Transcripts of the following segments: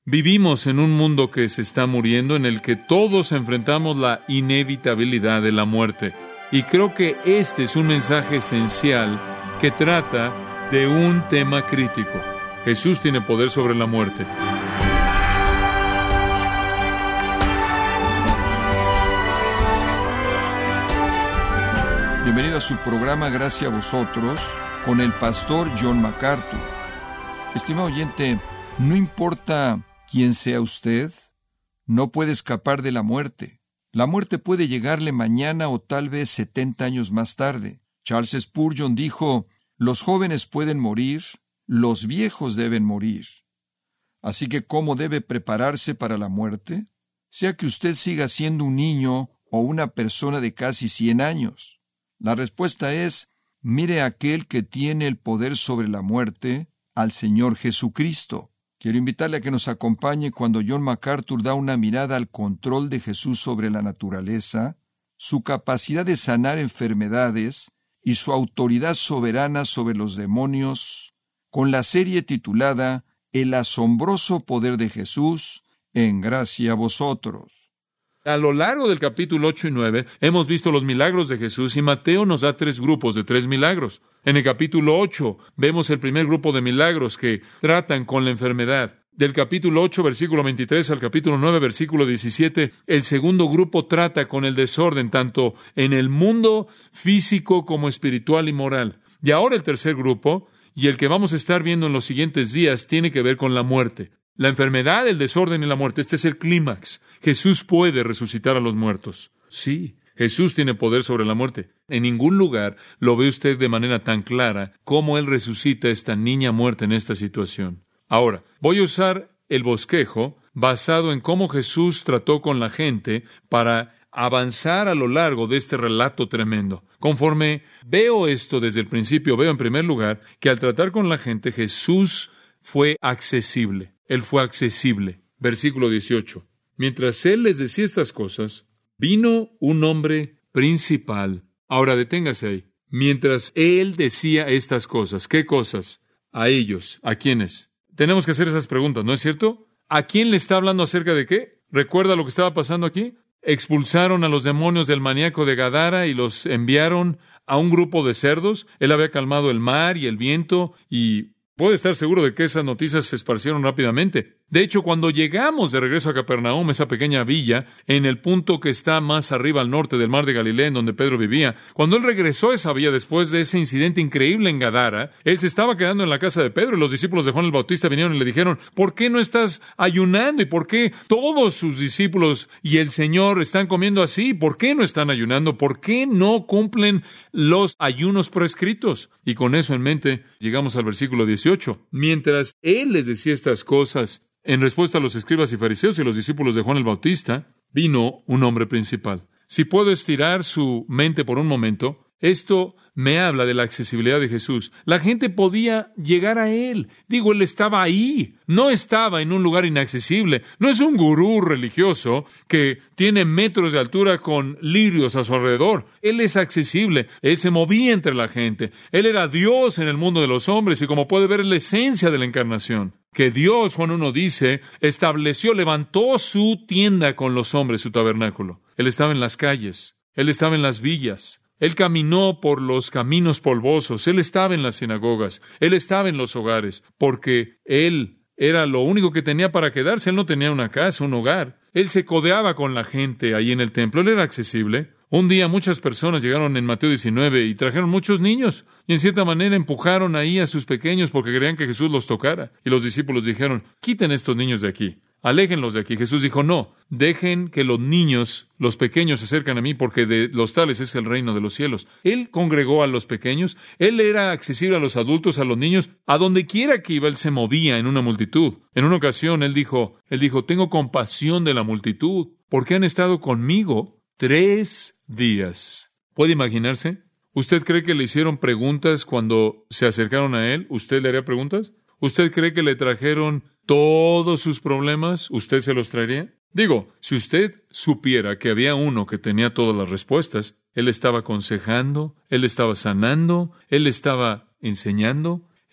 Vivimos en un mundo que se está muriendo, en el que todos enfrentamos la inevitabilidad de la muerte. Y creo que este es un mensaje esencial que trata de un tema crítico. Jesús tiene poder sobre la muerte. Bienvenido a su programa Gracias a Vosotros con el pastor John MacArthur. Estimado oyente, no importa quién sea usted, no puede escapar de la muerte. La muerte puede llegarle mañana o tal vez 70 años más tarde. Charles Spurgeon dijo, los jóvenes pueden morir, los viejos deben morir. Así que, ¿cómo debe prepararse para la muerte? Sea que usted siga siendo un niño o una persona de casi 100 años. La respuesta es, mire a aquel que tiene el poder sobre la muerte, al Señor Jesucristo. Quiero invitarle a que nos acompañe cuando John MacArthur da una mirada al control de Jesús sobre la naturaleza, su capacidad de sanar enfermedades y su autoridad soberana sobre los demonios, con la serie titulada El asombroso poder de Jesús en gracia a vosotros. A lo largo del capítulo 8 y 9 hemos visto los milagros de Jesús y Mateo nos da 3 grupos de 3 milagros. En el capítulo 8 vemos el primer grupo de milagros que tratan con la enfermedad. Del capítulo 8, versículo 23 al capítulo 9, versículo 17, el segundo grupo trata con el desorden tanto en el mundo físico como espiritual y moral. Y ahora el tercer grupo, y el que vamos a estar viendo en los siguientes días, tiene que ver con la muerte. La enfermedad, el desorden y la muerte. Este es el clímax. Jesús puede resucitar a los muertos. Sí, Jesús tiene poder sobre la muerte. En ningún lugar lo ve usted de manera tan clara cómo Él resucita a esta niña muerta en esta situación. Ahora, voy a usar el bosquejo basado en cómo Jesús trató con la gente para avanzar a lo largo de este relato tremendo. Conforme veo esto desde el principio, veo en primer lugar que al tratar con la gente, Jesús fue accesible. Él fue accesible. Versículo 18. Mientras Él les decía estas cosas, vino un hombre principal. Ahora deténgase ahí. Mientras Él decía estas cosas, ¿qué cosas? A ellos. ¿A quiénes? Tenemos que hacer esas preguntas, ¿no es cierto? ¿A quién le está hablando acerca de qué? ¿Recuerda lo que estaba pasando aquí? Expulsaron a los demonios del maníaco de Gadara y los enviaron a un grupo de cerdos. Él había calmado el mar y el viento y puede estar seguro de que esas noticias se esparcieron rápidamente. De hecho, cuando llegamos de regreso a Capernaum, esa pequeña villa, en el punto que está más arriba al norte del mar de Galilea, en donde Pedro vivía, cuando él regresó a esa villa después de ese incidente increíble en Gadara, él se estaba quedando en la casa de Pedro y los discípulos de Juan el Bautista vinieron y le dijeron, ¿por qué no estás ayunando? ¿Y por qué todos sus discípulos y el Señor están comiendo así? ¿Por qué no están ayunando? ¿Por qué no cumplen los ayunos prescritos? Y con eso en mente, llegamos al versículo 18. Mientras Él les decía estas cosas, en respuesta a los escribas y fariseos y los discípulos de Juan el Bautista, vino un hombre principal. Si puedo estirar su mente por un momento, esto me habla de la accesibilidad de Jesús. La gente podía llegar a Él. Digo, Él estaba ahí. No estaba en un lugar inaccesible. No es un gurú religioso que tiene metros de altura con lirios a su alrededor. Él es accesible. Él se movía entre la gente. Él era Dios en el mundo de los hombres y como puede ver es la esencia de la encarnación. Que Dios, Juan 1 dice, levantó su tienda con los hombres, su tabernáculo. Él estaba en las calles. Él estaba en las villas. Él caminó por los caminos polvosos, Él estaba en las sinagogas, Él estaba en los hogares, porque Él era lo único que tenía para quedarse. Él no tenía una casa, un hogar. Él se codeaba con la gente ahí en el templo, Él era accesible. Un día muchas personas llegaron en Mateo 19 y trajeron muchos niños, y en cierta manera empujaron ahí a sus pequeños porque querían que Jesús los tocara. Y los discípulos dijeron, quiten estos niños de aquí. Aléjenlos de aquí. Jesús dijo, no, dejen que los niños, los pequeños se acerquen a mí porque de los tales es el reino de los cielos. Él congregó a los pequeños, Él era accesible a los adultos, a los niños, a donde quiera que iba, Él se movía en una multitud. En una ocasión, Él dijo, tengo compasión de la multitud porque han estado conmigo 3 días. ¿Puede imaginarse? ¿Usted cree que le hicieron preguntas cuando se acercaron a Él? ¿Usted le haría preguntas? ¿Usted cree que le trajeron todos sus problemas? ¿Usted se los traería? Digo, si usted supiera que había uno que tenía todas las respuestas, Él estaba aconsejando, Él estaba sanando, Él estaba enseñando,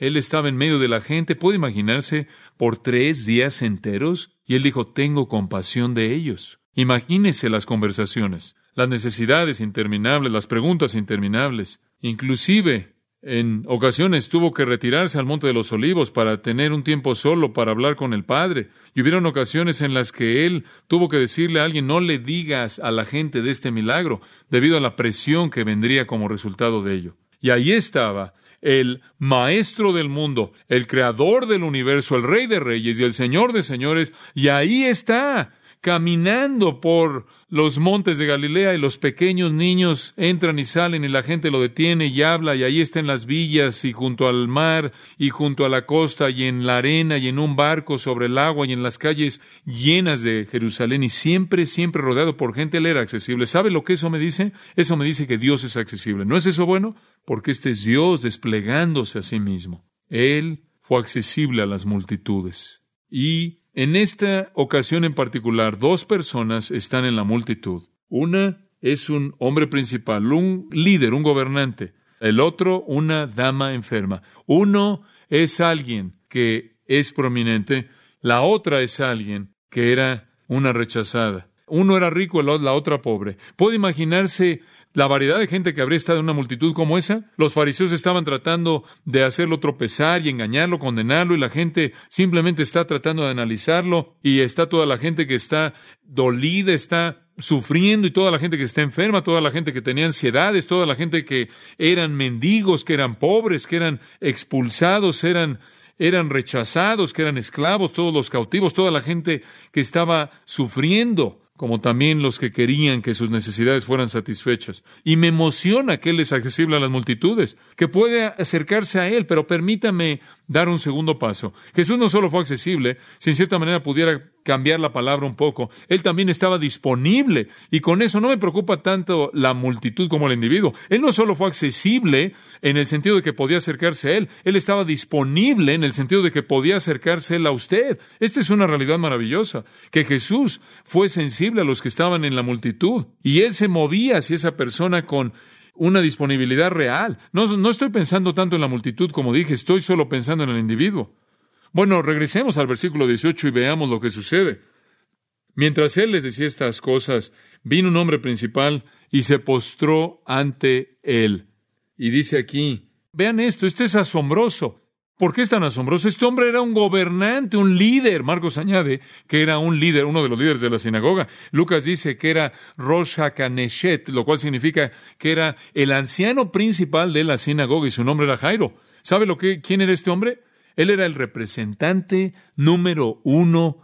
Él estaba en medio de la gente, puede imaginarse, por 3 días enteros. Y Él dijo, tengo compasión de ellos. Imagínese las conversaciones, las necesidades interminables, las preguntas interminables. Inclusive, en ocasiones tuvo que retirarse al Monte de los Olivos para tener un tiempo solo para hablar con el Padre. Y hubieron ocasiones en las que Él tuvo que decirle a alguien, no le digas a la gente de este milagro, debido a la presión que vendría como resultado de ello. Y ahí estaba el Maestro del mundo, el Creador del universo, el Rey de Reyes y el Señor de Señores, y ahí está, caminando por los montes de Galilea, y los pequeños niños entran y salen y la gente lo detiene y habla, y ahí está en las villas y junto al mar y junto a la costa y en la arena y en un barco sobre el agua y en las calles llenas de Jerusalén, y siempre rodeado por gente. Él era accesible. ¿Sabe lo que eso me dice? Eso me dice que Dios es accesible. ¿No es eso bueno? Porque este es Dios desplegándose a sí mismo. Él fue accesible a las multitudes. Y en esta ocasión en particular, 2 personas están en la multitud. Una es un hombre principal, un líder, un gobernante. El otro, una dama enferma. Uno es alguien que es prominente. La otra es alguien que era una rechazada. Uno era rico, la otra pobre. ¿Puede imaginarse la variedad de gente que habría estado en una multitud como esa? Los fariseos estaban tratando de hacerlo tropezar y engañarlo, condenarlo, y la gente simplemente está tratando de analizarlo, y está toda la gente que está dolida, está sufriendo, y toda la gente que está enferma, toda la gente que tenía ansiedades, toda la gente que eran mendigos, que eran pobres, que eran expulsados, eran rechazados, que eran esclavos, todos los cautivos, toda la gente que estaba sufriendo, como también los que querían que sus necesidades fueran satisfechas. Y me emociona que Él es accesible a las multitudes, que puede acercarse a Él, pero permítame dar un segundo paso. Jesús no solo fue accesible, si en cierta manera pudiera cambiar la palabra un poco, Él también estaba disponible, y con eso no me preocupa tanto la multitud como el individuo. Él no solo fue accesible en el sentido de que podía acercarse a Él, Él estaba disponible en el sentido de que podía acercarse Él a usted. Esta es una realidad maravillosa, que Jesús fue sensible a los que estaban en la multitud, y Él se movía hacia esa persona con una disponibilidad real. No estoy pensando tanto en la multitud, como dije, estoy solo pensando en el individuo. Bueno, regresemos al versículo 18 y veamos lo que sucede. Mientras Él les decía estas cosas, vino un hombre principal y se postró ante Él. Y dice aquí, vean esto es asombroso. ¿Por qué es tan asombroso? Este hombre era un gobernante, un líder. Marcos añade que era un líder, uno de los líderes de la sinagoga. Lucas dice que era Rosh HaKaneshet, lo cual significa que era el anciano principal de la sinagoga, y su nombre era Jairo. ¿Sabe quién era este hombre? Él era el representante número 1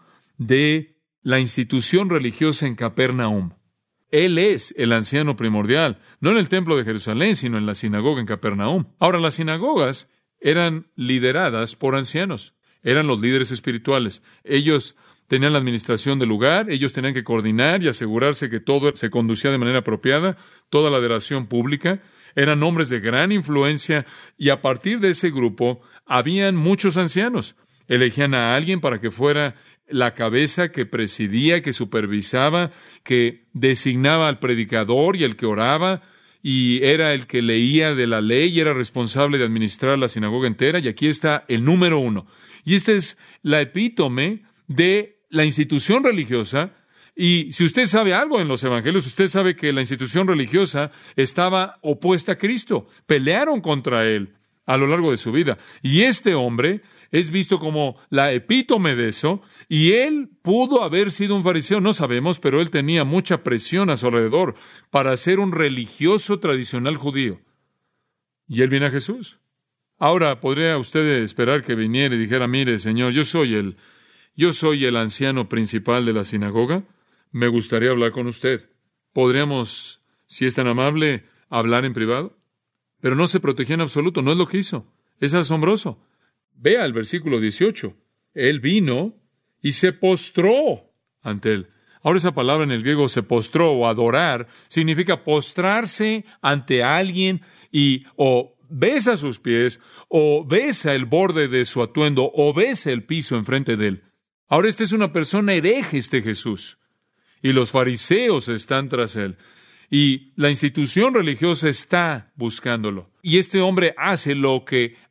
de la institución religiosa en Capernaum. Él es el anciano primordial, no en el templo de Jerusalén, sino en la sinagoga en Capernaum. Ahora, las sinagogas eran lideradas por ancianos, eran los líderes espirituales. Ellos tenían la administración del lugar, ellos tenían que coordinar y asegurarse que todo se conducía de manera apropiada, toda la adoración pública. Eran hombres de gran influencia, y a partir de ese grupo habían muchos ancianos. Elegían a alguien para que fuera la cabeza que presidía, que supervisaba, que designaba al predicador y el que oraba, y era el que leía de la ley y era responsable de administrar la sinagoga entera. Y aquí está el número 1. Y esta es la epítome de la institución religiosa. Y si usted sabe algo en los evangelios, usted sabe que la institución religiosa estaba opuesta a Cristo. Pelearon contra Él a lo largo de su vida. Y este hombre es visto como la epítome de eso, y él pudo haber sido un fariseo, no sabemos, pero él tenía mucha presión a su alrededor para ser un religioso tradicional judío. Y él viene a Jesús. Ahora, ¿podría usted esperar que viniera y dijera, mire, Señor, yo soy el anciano principal de la sinagoga? Me gustaría hablar con usted. ¿Podríamos, si es tan amable, hablar en privado? Pero no se protegía en absoluto, no es lo que hizo. Es asombroso. Vea el versículo 18. Él vino y se postró ante Él. Ahora, esa palabra en el griego, se postró o adorar, significa postrarse ante alguien y o besa sus pies, o besa el borde de su atuendo, o besa el piso enfrente de Él. Ahora, esta es una persona hereje, Jesús. Y los fariseos están tras Él. Y la institución religiosa está buscándolo. Y este hombre hace lo que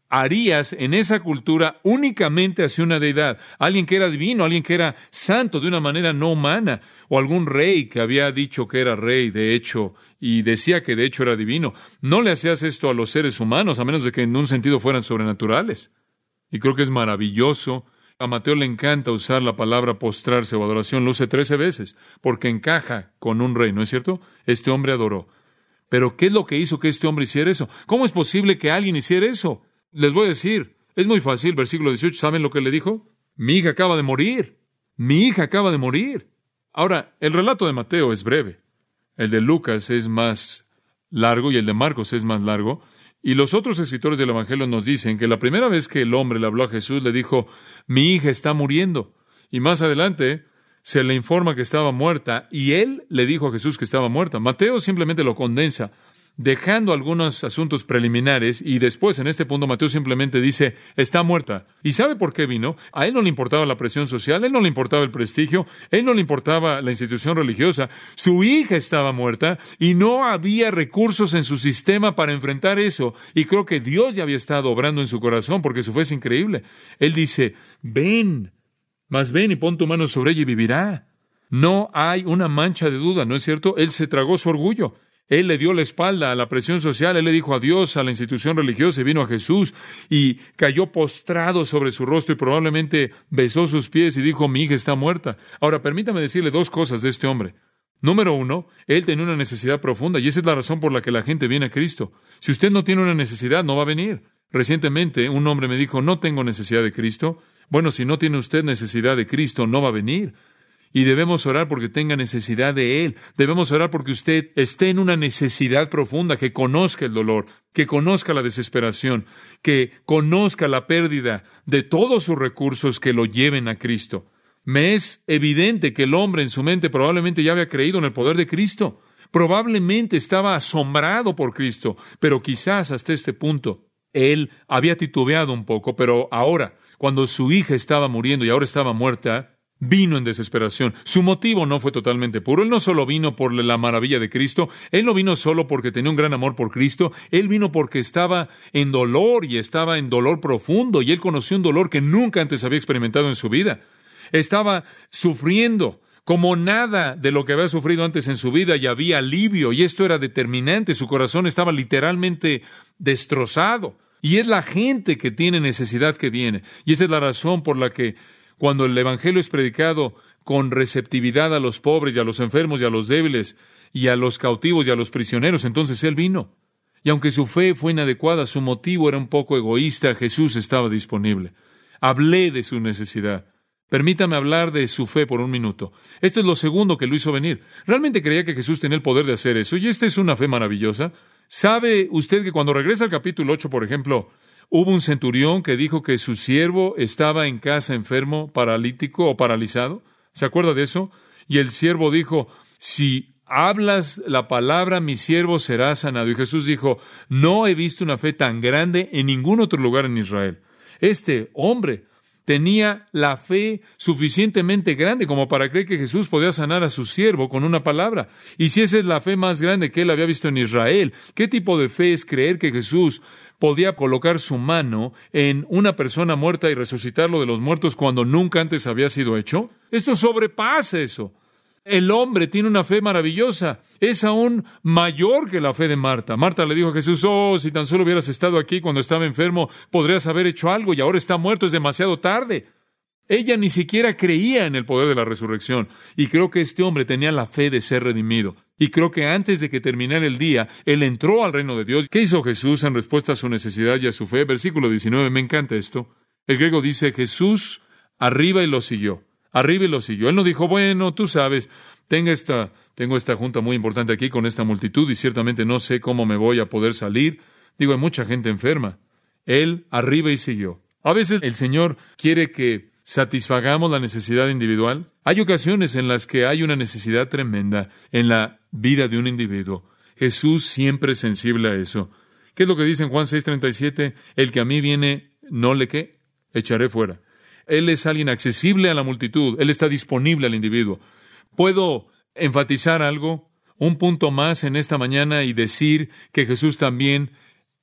harías en esa cultura únicamente hacia una deidad, alguien que era divino, alguien que era santo de una manera no humana, o algún rey que había dicho que era rey, de hecho, y decía que de hecho era divino. No le hacías esto a los seres humanos, a menos de que en un sentido fueran sobrenaturales. Y creo que es maravilloso. A Mateo le encanta usar la palabra postrarse o adoración, lo usa 13 veces, porque encaja con un rey, ¿no es cierto? Este hombre adoró. Pero ¿qué es lo que hizo que este hombre hiciera eso? ¿Cómo es posible que alguien hiciera eso? Les voy a decir, es muy fácil, versículo 18, ¿saben lo que le dijo? Mi hija acaba de morir. Mi hija acaba de morir. Ahora, el relato de Mateo es breve. El de Lucas es más largo y el de Marcos es más largo. Y los otros escritores del Evangelio nos dicen que la primera vez que el hombre le habló a Jesús, le dijo, mi hija está muriendo. Y más adelante se le informa que estaba muerta y él le dijo a Jesús que estaba muerta. Mateo simplemente lo condensa, dejando algunos asuntos preliminares, y después, en este punto, Mateo simplemente dice, está muerta. ¿Y sabe por qué vino? A él no le importaba la presión social, a él no le importaba el prestigio, a él no le importaba la institución religiosa. Su hija estaba muerta y no había recursos en su sistema para enfrentar eso. Y creo que Dios ya había estado obrando en su corazón, porque su fe es increíble. Él dice, ven, mas ven y pon tu mano sobre ella y vivirá. No hay una mancha de duda, ¿no es cierto? Él se tragó su orgullo. Él le dio la espalda a la presión social, él le dijo adiós a la institución religiosa y vino a Jesús y cayó postrado sobre su rostro y probablemente besó sus pies y dijo, mi hija está muerta. Ahora, permítame decirle dos cosas de este hombre. Número uno, él tenía una necesidad profunda y esa es la razón por la que la gente viene a Cristo. Si usted no tiene una necesidad, no va a venir. Recientemente, un hombre me dijo, no tengo necesidad de Cristo. Bueno, si no tiene usted necesidad de Cristo, no va a venir. Y debemos orar porque tenga necesidad de Él. Debemos orar porque usted esté en una necesidad profunda, que conozca el dolor, que conozca la desesperación, que conozca la pérdida de todos sus recursos que lo lleven a Cristo. Me es evidente que el hombre en su mente probablemente ya había creído en el poder de Cristo. Probablemente estaba asombrado por Cristo, pero quizás hasta este punto él había titubeado un poco, pero ahora, cuando su hija estaba muriendo y ahora estaba muerta, vino en desesperación. Su motivo no fue totalmente puro. Él no solo vino por la maravilla de Cristo, él no vino solo porque tenía un gran amor por Cristo, él vino porque estaba en dolor y estaba en dolor profundo y él conoció un dolor que nunca antes había experimentado en su vida. Estaba sufriendo como nada de lo que había sufrido antes en su vida y había alivio y esto era determinante. Su corazón estaba literalmente destrozado y es la gente que tiene necesidad que viene y esa es la razón por la que cuando el Evangelio es predicado con receptividad a los pobres y a los enfermos y a los débiles y a los cautivos y a los prisioneros, entonces Él vino. Y aunque su fe fue inadecuada, su motivo era un poco egoísta, Jesús estaba disponible. Hablé de su necesidad. Permítame hablar de su fe por un minuto. Esto es lo segundo que lo hizo venir. Realmente creía que Jesús tenía el poder de hacer eso, y esta es una fe maravillosa. ¿Sabe usted que cuando regresa al capítulo 8, por ejemplo, hubo un centurión que dijo que su siervo estaba en casa enfermo, paralítico o paralizado? ¿Se acuerda de eso? Y el siervo dijo, si hablas la palabra, mi siervo será sanado. Y Jesús dijo, no he visto una fe tan grande en ningún otro lugar en Israel. Este hombre tenía la fe suficientemente grande como para creer que Jesús podía sanar a su siervo con una palabra. Y si esa es la fe más grande que él había visto en Israel, ¿qué tipo de fe es creer que Jesús podía colocar su mano en una persona muerta y resucitarlo de los muertos cuando nunca antes había sido hecho? Esto sobrepasa eso. El hombre tiene una fe maravillosa. Es aún mayor que la fe de Marta. Marta le dijo a Jesús, si tan solo hubieras estado aquí cuando estaba enfermo, podrías haber hecho algo y ahora está muerto, es demasiado tarde. Ella ni siquiera creía en el poder de la resurrección. Y creo que este hombre tenía la fe de ser redimido. Y creo que antes de que terminara el día, él entró al reino de Dios. ¿Qué hizo Jesús en respuesta a su necesidad y a su fe? Versículo 19, me encanta esto. El griego dice, Jesús arriba y lo siguió. Arriba y lo siguió. Él no dijo, bueno, tú sabes, tengo esta junta muy importante aquí con esta multitud y ciertamente no sé cómo me voy a poder salir. Digo, hay mucha gente enferma. Él arriba y siguió. A veces el Señor quiere que satisfagamos la necesidad individual. Hay ocasiones en las que hay una necesidad tremenda en la vida de un individuo. Jesús siempre es sensible a eso. ¿Qué es lo que dice en Juan 6:37? El que a mí viene, no le ¿qué? Echaré fuera. Él es alguien accesible a la multitud. Él está disponible al individuo. ¿Puedo enfatizar algo? Un punto más en esta mañana y decir que Jesús también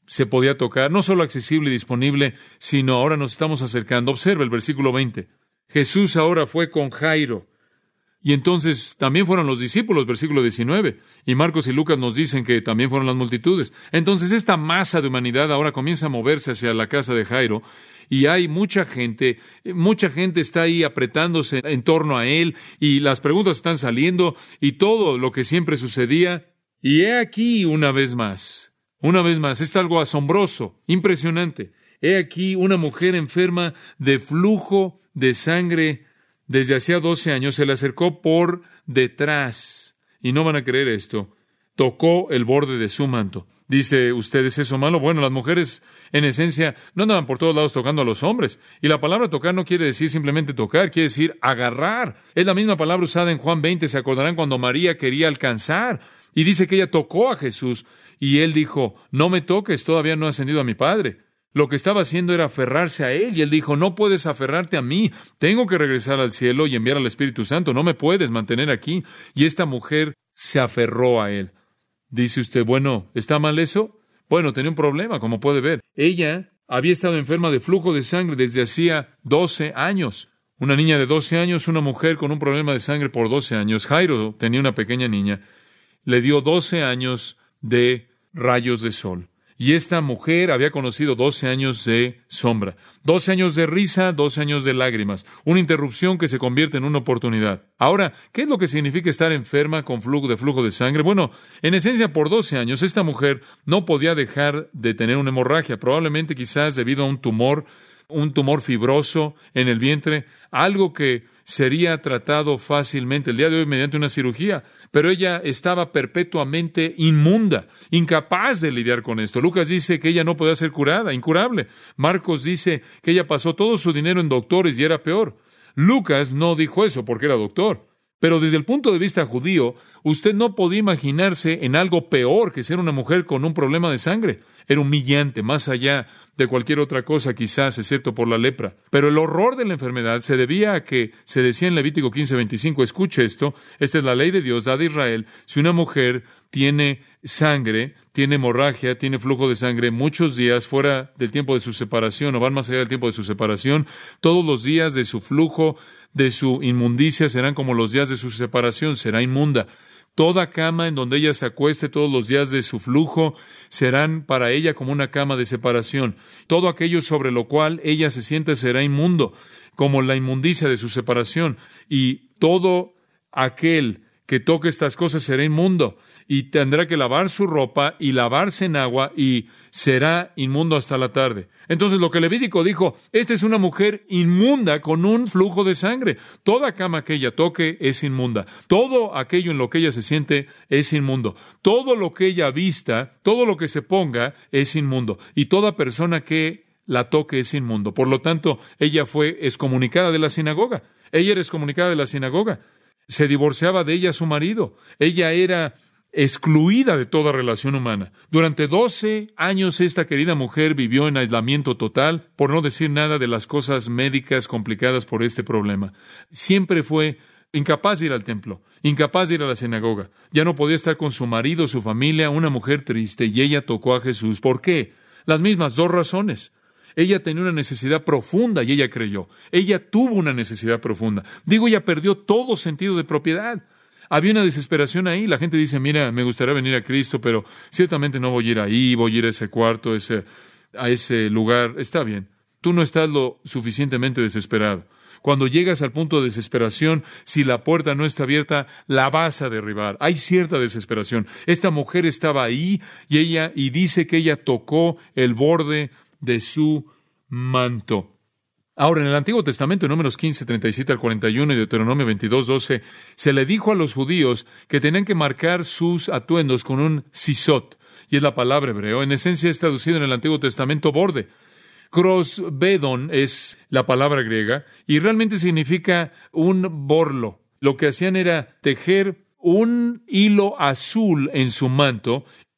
se podía tocar, no solo accesible y disponible, sino ahora nos estamos acercando. Observa el versículo 20. Jesús ahora fue con Jairo. Y entonces también fueron los discípulos, versículo 19. Y Marcos y Lucas nos dicen que también fueron las multitudes. Entonces esta masa de humanidad ahora comienza a moverse hacia la casa de Jairo. Y hay mucha gente está ahí apretándose en torno a él. Y las preguntas están saliendo. Y todo lo que siempre sucedía. Y he aquí una vez más, es algo asombroso, impresionante. He aquí una mujer enferma de flujo de sangre desde hacía 12 años, se le acercó por detrás, y no van a creer esto, tocó el borde de su manto. Dice, ¿usted es eso malo? Bueno, las mujeres, en esencia, no andaban por todos lados tocando a los hombres. Y la palabra tocar no quiere decir simplemente tocar, quiere decir agarrar. Es la misma palabra usada en Juan 20, ¿se acordarán cuando María quería alcanzar? Y dice que ella tocó a Jesús, y él dijo, no me toques, todavía no he ascendido a mi Padre. Lo que estaba haciendo era aferrarse a él, y él dijo, no puedes aferrarte a mí, tengo que regresar al cielo y enviar al Espíritu Santo, no me puedes mantener aquí. Y esta mujer se aferró a él. Dice usted, bueno, ¿está mal eso? Bueno, tenía un problema, como puede ver. Ella había estado enferma de flujo de sangre desde hacía 12 años. Una niña de 12 años, una mujer con un problema de sangre por 12 años. Jairo tenía una pequeña niña. Le dio 12 años de rayos de sol. Y esta mujer había conocido 12 años de sombra, 12 años de risa, 12 años de lágrimas, una interrupción que se convierte en una oportunidad. Ahora, ¿qué es lo que significa estar enferma con flujo de sangre? Bueno, en esencia, por 12 años, esta mujer no podía dejar de tener una hemorragia, probablemente quizás debido a un tumor fibroso en el vientre, algo que sería tratado fácilmente el día de hoy mediante una cirugía. Pero ella estaba perpetuamente inmunda, incapaz de lidiar con esto. Lucas dice que ella no podía ser curada, incurable. Marcos dice que ella pasó todo su dinero en doctores y era peor. Lucas no dijo eso porque era doctor. Pero desde el punto de vista judío, usted no podía imaginarse en algo peor que ser una mujer con un problema de sangre. Era humillante, más allá de cualquier otra cosa quizás, excepto por la lepra. Pero el horror de la enfermedad se debía a que se decía en Levítico 15:25, escuche esto, esta es la ley de Dios dada a Israel, si una mujer tiene sangre, tiene hemorragia, tiene flujo de sangre muchos días fuera del tiempo de su separación o van más allá del tiempo de su separación, todos los días de su flujo, de su inmundicia serán como los días de su separación, será inmunda. Toda cama en donde ella se acueste todos los días de su flujo serán para ella como una cama de separación. Todo aquello sobre lo cual ella se siente será inmundo, como la inmundicia de su separación. Y todo aquel que toque estas cosas será inmundo, y tendrá que lavar su ropa y lavarse en agua, y será inmundo hasta la tarde. Entonces lo que Levítico dijo, esta es una mujer inmunda con un flujo de sangre. Toda cama que ella toque es inmunda. Todo aquello en lo que ella se siente es inmundo. Todo lo que ella vista, todo lo que se ponga es inmundo. Y toda persona que la toque es inmundo. Por lo tanto, ella fue excomunicada de la sinagoga. Ella era excomunicada de la sinagoga. Se divorciaba de ella su marido. Ella era excluida de toda relación humana. Durante 12 años esta querida mujer vivió en aislamiento total, por no decir nada de las cosas médicas complicadas por este problema. Siempre fue incapaz de ir al templo, incapaz de ir a la sinagoga. Ya no podía estar con su marido, su familia, una mujer triste, y ella tocó a Jesús. ¿Por qué? Las mismas 2 razones. Ella tenía una necesidad profunda y ella creyó. Ella tuvo una necesidad profunda. Ella perdió todo sentido de propiedad. Había una desesperación ahí. La gente dice, mira, me gustaría venir a Cristo, pero ciertamente no voy a ir ahí, voy a ir a ese cuarto, a ese lugar. Está bien. Tú no estás lo suficientemente desesperado. Cuando llegas al punto de desesperación, si la puerta no está abierta, la vas a derribar. Hay cierta desesperación. Esta mujer estaba ahí y dice que ella tocó el borde de su manto. Ahora, en el Antiguo Testamento, en Números 15, 37 al 41 y Deuteronomio 22, 12, se le dijo a los judíos que tenían que marcar sus atuendos con un sisot, y es la palabra hebreo. En esencia es traducido en el Antiguo Testamento borde. Krosbedon es la palabra griega, y realmente significa un borlo. Lo que hacían era tejer un hilo azul en su manto,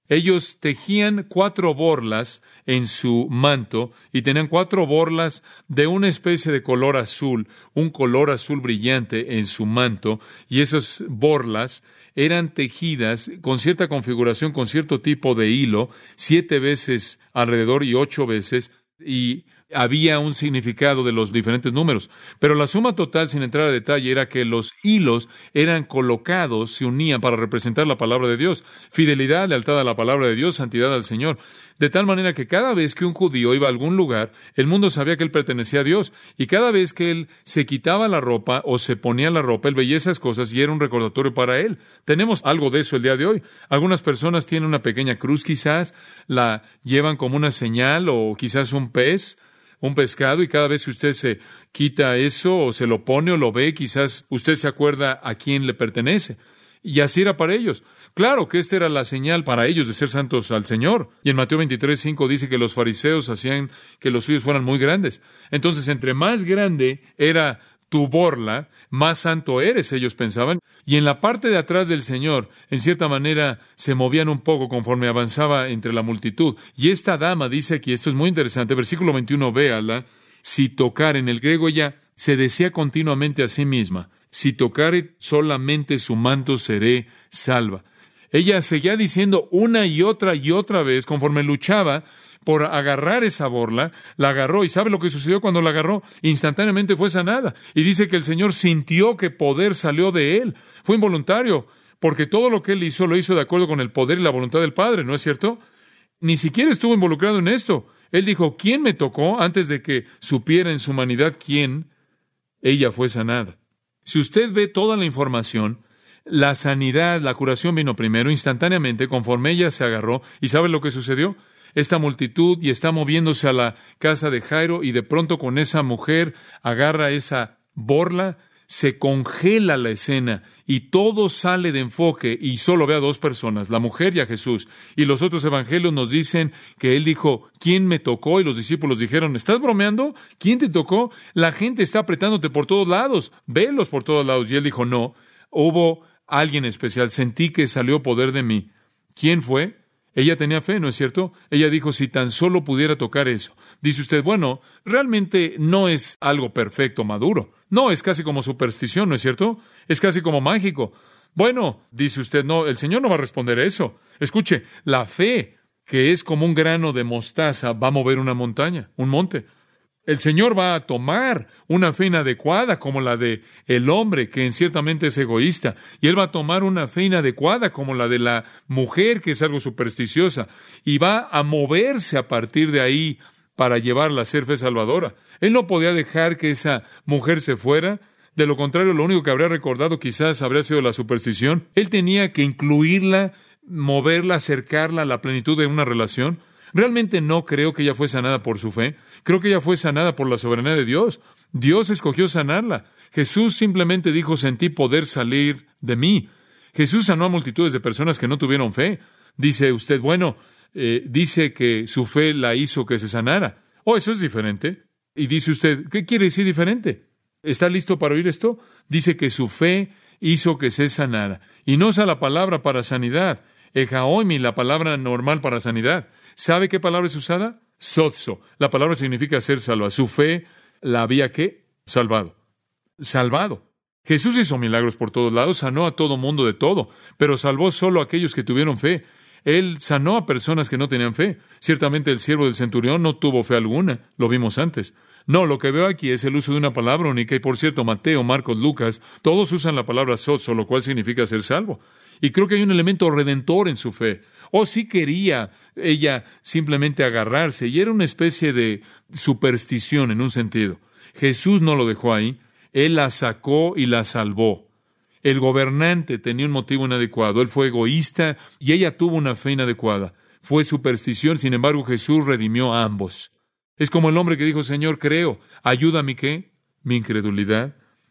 Ellos tejían 4 borlas en su manto y tenían 4 borlas de una especie de color azul, un color azul brillante en su manto, y esas borlas eran tejidas con cierta configuración, con cierto tipo de hilo, 7 veces alrededor y 8 veces, y había un significado de los diferentes números. Pero la suma total, sin entrar a detalle, era que los hilos eran colocados, se unían para representar la palabra de Dios. Fidelidad, lealtad a la palabra de Dios, santidad al Señor. De tal manera que cada vez que un judío iba a algún lugar, el mundo sabía que él pertenecía a Dios. Y cada vez que él se quitaba la ropa o se ponía la ropa, él veía esas cosas y era un recordatorio para él. Tenemos algo de eso el día de hoy. Algunas personas tienen una pequeña cruz quizás, la llevan como una señal, o quizás un pez, un pescado, y cada vez que usted se quita eso o se lo pone o lo ve, quizás usted se acuerda a quién le pertenece. Y así era para ellos. Claro que esta era la señal para ellos de ser santos al Señor. Y en Mateo 23:5 dice que los fariseos hacían que los suyos fueran muy grandes. Entonces, entre más grande era tu borla, más santo eres, ellos pensaban. Y en la parte de atrás del Señor, en cierta manera, se movían un poco conforme avanzaba entre la multitud. Y esta dama dice aquí, esto es muy interesante, versículo 21, véala, si tocar, en el griego ella se decía continuamente a sí misma, si tocare solamente su manto seré salva. Ella seguía diciendo una y otra vez, conforme luchaba por agarrar esa borla, la agarró. ¿Y sabe lo que sucedió cuando la agarró? Instantáneamente fue sanada. Y dice que el Señor sintió que poder salió de él. Fue involuntario, porque todo lo que él hizo, lo hizo de acuerdo con el poder y la voluntad del Padre, ¿no es cierto? Ni siquiera estuvo involucrado en esto. Él dijo, ¿quién me tocó? Antes de que supiera en su humanidad quién, ella fue sanada. Si usted ve toda la información, la sanidad, la curación vino primero, instantáneamente, conforme ella se agarró. ¿Y sabe lo que sucedió? Esta multitud y está moviéndose a la casa de Jairo, y de pronto con esa mujer agarra esa borla, se congela la escena y todo sale de enfoque y solo ve a 2 personas, la mujer y a Jesús. Y los otros evangelios nos dicen que él dijo, ¿quién me tocó? Y los discípulos dijeron, ¿estás bromeando? ¿Quién te tocó? La gente está apretándote por todos lados, velos por todos lados. Y él dijo, no, hubo alguien especial, sentí que salió poder de mí. ¿Quién fue? Ella tenía fe, ¿no es cierto? Ella dijo, si tan solo pudiera tocar eso. Dice usted, bueno, realmente no es algo perfecto, maduro. No, es casi como superstición, ¿no es cierto? Es casi como mágico. Bueno, dice usted, no, el Señor no va a responder eso. Escuche, la fe, que es como un grano de mostaza, va a mover una montaña, un monte. El Señor va a tomar una fe inadecuada como la de el hombre, que ciertamente es egoísta, y Él va a tomar una fe inadecuada como la de la mujer, que es algo supersticiosa, y va a moverse a partir de ahí para llevarla a ser fe salvadora. Él no podía dejar que esa mujer se fuera. De lo contrario, lo único que habría recordado quizás habría sido la superstición. Él tenía que incluirla, moverla, acercarla a la plenitud de una relación. Realmente no creo que ella fue sanada por su fe. Creo que ella fue sanada por la soberanía de Dios. Dios escogió sanarla. Jesús simplemente dijo, sentí poder salir de mí. Jesús sanó a multitudes de personas que no tuvieron fe. Dice usted, bueno, dice que su fe la hizo que se sanara. Oh, eso es diferente. Y dice usted, ¿qué quiere decir diferente? ¿Está listo para oír esto? Dice que su fe hizo que se sanara. Y no usa la palabra para sanidad. Ejaoimi, la palabra normal para sanidad. ¿Sabe qué palabra es usada? Sozo. La palabra significa ser salva. Su fe la había, ¿qué? Salvado. Salvado. Jesús hizo milagros por todos lados, sanó a todo mundo de todo, pero salvó solo a aquellos que tuvieron fe. Él sanó a personas que no tenían fe. Ciertamente el siervo del centurión no tuvo fe alguna, lo vimos antes. No, lo que veo aquí es el uso de una palabra única, y por cierto, Mateo, Marcos, Lucas, todos usan la palabra sozo, lo cual significa ser salvo. Y creo que hay un elemento redentor en su fe. Sí quería ella simplemente agarrarse, y era una especie de superstición en un sentido. Jesús no lo dejó ahí, Él la sacó y la salvó. El gobernante tenía un motivo inadecuado, él fue egoísta y ella tuvo una fe inadecuada. Fue superstición, sin embargo Jesús redimió a ambos. Es como el hombre que dijo, Señor, creo, ayúdame, ¿qué? Mi incredulidad.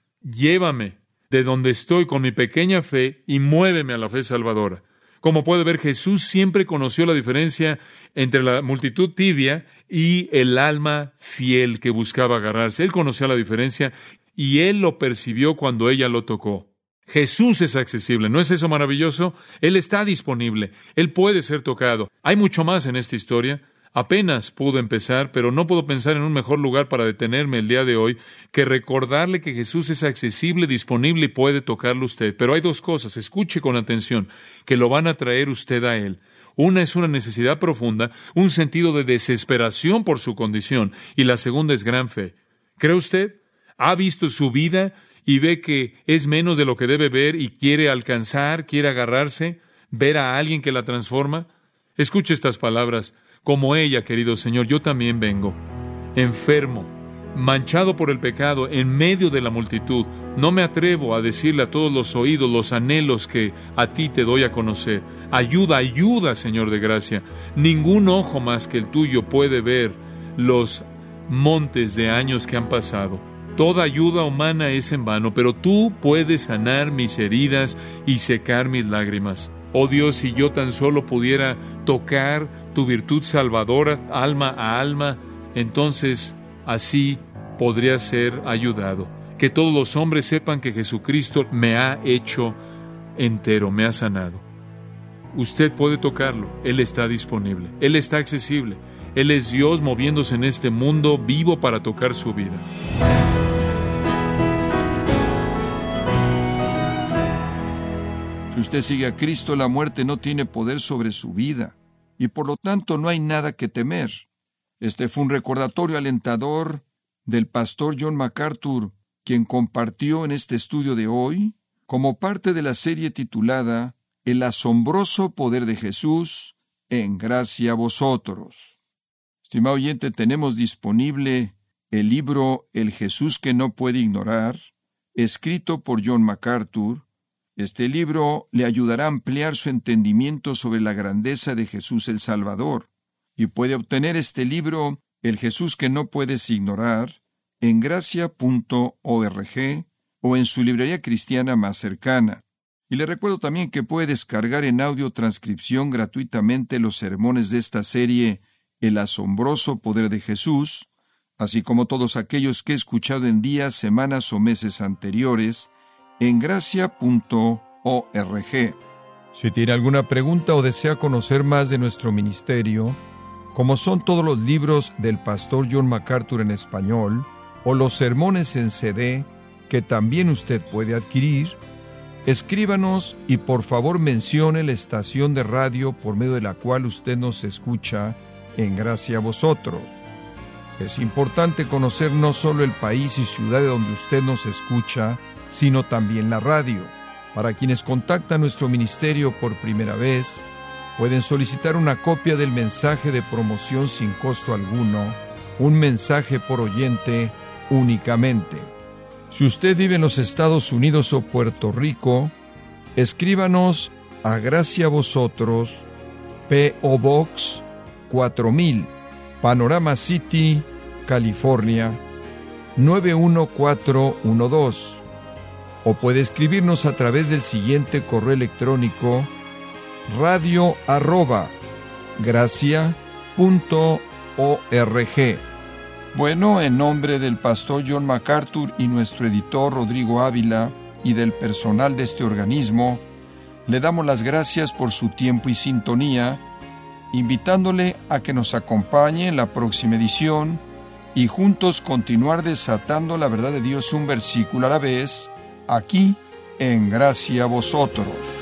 Llévame de donde estoy con mi pequeña fe y muéveme a la fe salvadora. Como puede ver, Jesús siempre conoció la diferencia entre la multitud tibia y el alma fiel que buscaba agarrarse. Él conocía la diferencia y él lo percibió cuando ella lo tocó. Jesús es accesible. ¿No es eso maravilloso? Él está disponible. Él puede ser tocado. Hay mucho más en esta historia. Apenas pudo empezar, pero no puedo pensar en un mejor lugar para detenerme el día de hoy que recordarle que Jesús es accesible, disponible y puede tocarlo usted. Pero hay dos cosas, escuche con atención, que lo van a traer usted a Él. Una es una necesidad profunda, un sentido de desesperación por su condición, y la segunda es gran fe. ¿Cree usted? ¿Ha visto su vida y ve que es menos de lo que debe ver y quiere alcanzar, quiere agarrarse, ver a alguien que la transforma? Escuche estas palabras. Como ella, querido Señor, yo también vengo, enfermo, manchado por el pecado, en medio de la multitud. No me atrevo a decirle a todos los oídos los anhelos que a ti te doy a conocer. Ayuda, ayuda, Señor de gracia. Ningún ojo más que el tuyo puede ver los montes de años que han pasado. Toda ayuda humana es en vano, pero tú puedes sanar mis heridas y secar mis lágrimas. Oh Dios, si yo tan solo pudiera tocar tu virtud salvadora alma a alma, entonces así podría ser ayudado. Que todos los hombres sepan que Jesucristo me ha hecho entero, me ha sanado. Usted puede tocarlo, Él está disponible, Él está accesible. Él es Dios moviéndose en este mundo vivo para tocar su vida. Si usted sigue a Cristo, la muerte no tiene poder sobre su vida, y por lo tanto no hay nada que temer. Este fue un recordatorio alentador del pastor John MacArthur, quien compartió en este estudio de hoy, como parte de la serie titulada El asombroso poder de Jesús, en gracia a vosotros. Estimado oyente, tenemos disponible el libro El Jesús que no puede ignorar, escrito por John MacArthur. Este libro le ayudará a ampliar su entendimiento sobre la grandeza de Jesús el Salvador, y puede obtener este libro, El Jesús que no puedes ignorar, en gracia.org o en su librería cristiana más cercana. Y le recuerdo también que puede descargar en audio transcripción gratuitamente los sermones de esta serie, El asombroso poder de Jesús, así como todos aquellos que he escuchado en días, semanas o meses anteriores, en gracia.org. Si tiene alguna pregunta o desea conocer más de nuestro ministerio, como son todos los libros del pastor John MacArthur en español, o los sermones en CD, que también usted puede adquirir, escríbanos y por favor mencione la estación de radio por medio de la cual usted nos escucha en Gracia a Vosotros. Es importante conocer no solo el país y ciudad de donde usted nos escucha, sino también la radio. Para quienes contactan nuestro ministerio por primera vez, pueden solicitar una copia del mensaje de promoción sin costo alguno, un mensaje por oyente únicamente. Si usted vive en los Estados Unidos o Puerto Rico, escríbanos a Gracia a Vosotros, P.O. Box 4000, Panorama City, California, 91412. O puede escribirnos a través del siguiente correo electrónico: radio@gracia.org. Bueno, en nombre del pastor John MacArthur y nuestro editor Rodrigo Ávila y del personal de este organismo, le damos las gracias por su tiempo y sintonía, invitándole a que nos acompañe en la próxima edición y juntos continuar desatando la verdad de Dios un versículo a la vez, aquí en Gracia a Vosotros.